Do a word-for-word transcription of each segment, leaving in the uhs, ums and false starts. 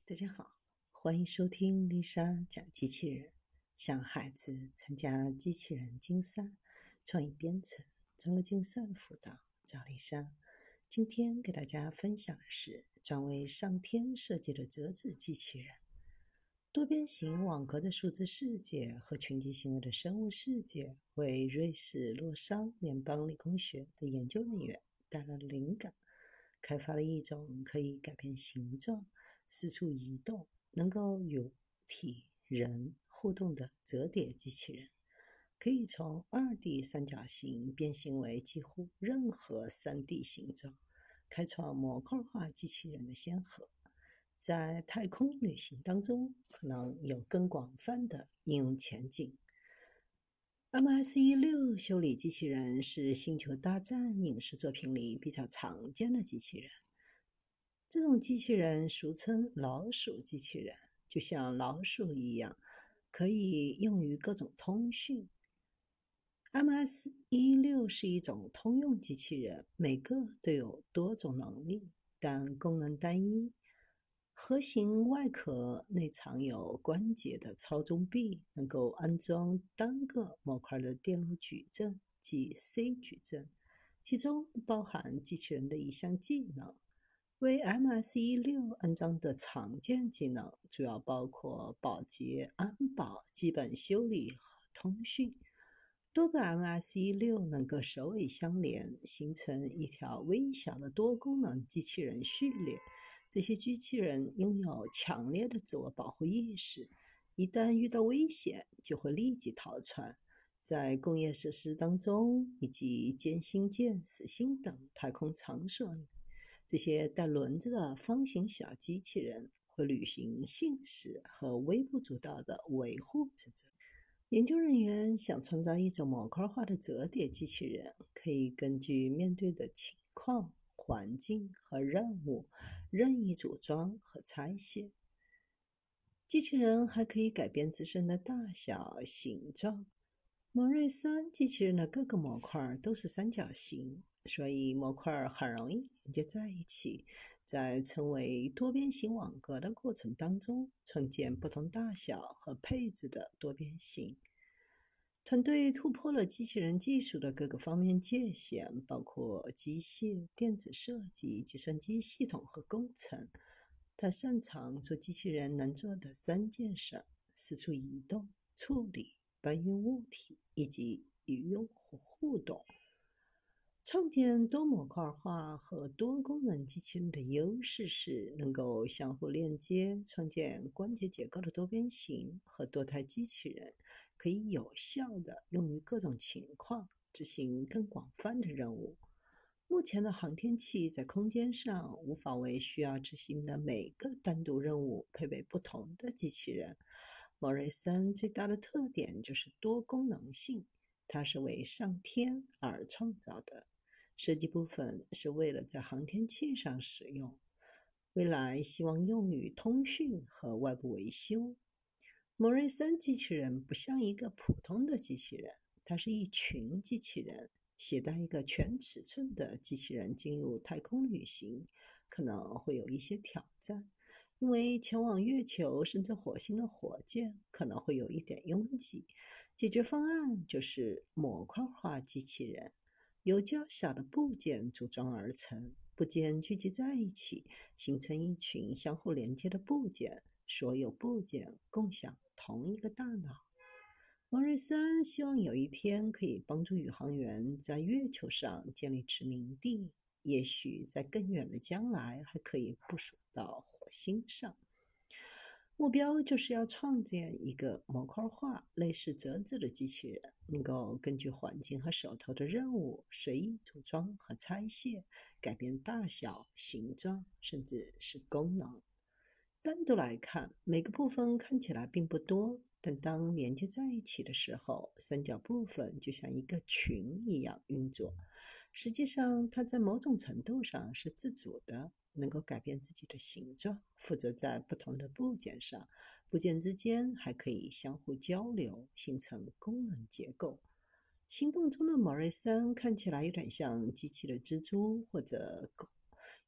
大家好，欢迎收听丽莎讲机器人，向孩子参加机器人竞赛、创意编程、综合竞赛的辅导，找丽莎。今天给大家分享的是专为上天设计的折纸机器人。多边形网格的数字世界和群体行为的生物世界，为瑞士洛桑联邦理工学的研究人员带来了灵感，开发了一种可以改变形状、四处移动，能够与物体、人互动的折叠机器人，可以从 二 D 三角形变形为几乎任何 三 D 形状，开创模块化机器人的先河。在太空旅行当中，可能有更广泛的应用前景。M S 十六 修理机器人是星球大战影视作品里比较常见的机器人。这种机器人俗称老鼠机器人，就像老鼠一样，可以用于各种通讯。M S 十六 是一种通用机器人，每个都有多种能力，但功能单一。盒形外壳内藏有关节的操纵臂，能够安装单个模块的电路矩阵即 C 矩阵，其中包含机器人的一项技能。为 M S 十六 安装的常见技能主要包括保洁、安保、基本修理和通讯。多个 M S 十六 能够首尾相连，形成一条微小的多功能机器人序列。这些机器人拥有强烈的自我保护意识，一旦遇到危险，就会立即逃窜。在工业设施当中，以及歼星舰、死星等太空场所里，这些带轮子的方形小机器人会履行信使和微不足道的维护职责。研究人员想创造一种模块化的折叠机器人，可以根据面对的情况、环境和任务任意组装和拆卸。机器人还可以改变自身的大小、形状。摩瑞森机器人的各个模块都是三角形，所以模块很容易连接在一起，在成为多边形网格的过程当中，创建不同大小和配置的多边形。团队突破了机器人技术的各个方面界限，包括机械、电子设计、计算机系统和工程。他擅长做机器人能做的三件事：四处移动、处理、搬运物体，以及与用户互动。创建多模块化和多功能机器人的优势是能够相互链接，创建关节结构的多边形和多台机器人，可以有效地用于各种情况，执行更广泛的任务。目前的航天器在空间上无法为需要执行的每个单独任务配备不同的机器人。莫瑞森最大的特点就是多功能性，它是为上天而创造的。设计部分是为了在航天器上使用，未来希望用于通讯和外部维修。莫瑞森机器人不像一个普通的机器人，它是一群机器人。携带一个全尺寸的机器人进入太空旅行，可能会有一些挑战，因为前往月球甚至火星的火箭可能会有一点拥挤。解决方案就是模块化机器人，由较小的部件组装而成，部件聚集在一起，形成一群相互连接的部件，所有部件共享同一个大脑。莫瑞森希望有一天可以帮助宇航员在月球上建立殖民地，也许在更远的将来还可以部署到火星上。目标就是要创建一个模块化、类似折纸的机器人，能够根据环境和手头的任务随意组装和拆卸，改变大小、形状，甚至是功能。单独来看，每个部分看起来并不多，但当连接在一起的时候，三角部分就像一个群一样运作。实际上，它在某种程度上是自主的，能够改变自己的形状，附着在不同的部件上，部件之间还可以相互交流，形成功能结构。行动中的莫瑞森看起来有点像机器的蜘蛛或者狗，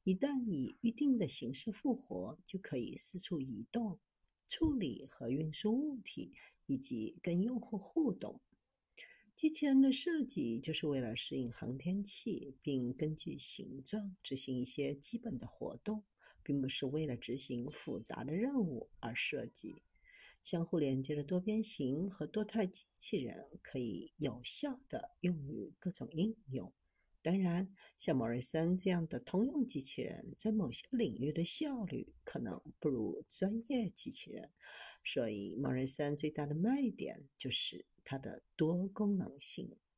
一旦以预定的形式复活，就可以四处移动、处理和运输物体，以及跟用户互动。机器人的设计就是为了适应航天器，并根据形状执行一些基本的活动，并不是为了执行复杂的任务而设计。相互连接的多边形和多态机器人可以有效地用于各种应用。当然，像莫瑞森这样的通用机器人，在某些领域的效率可能不如专业机器人，所以莫瑞森最大的卖点就是它的多功能性。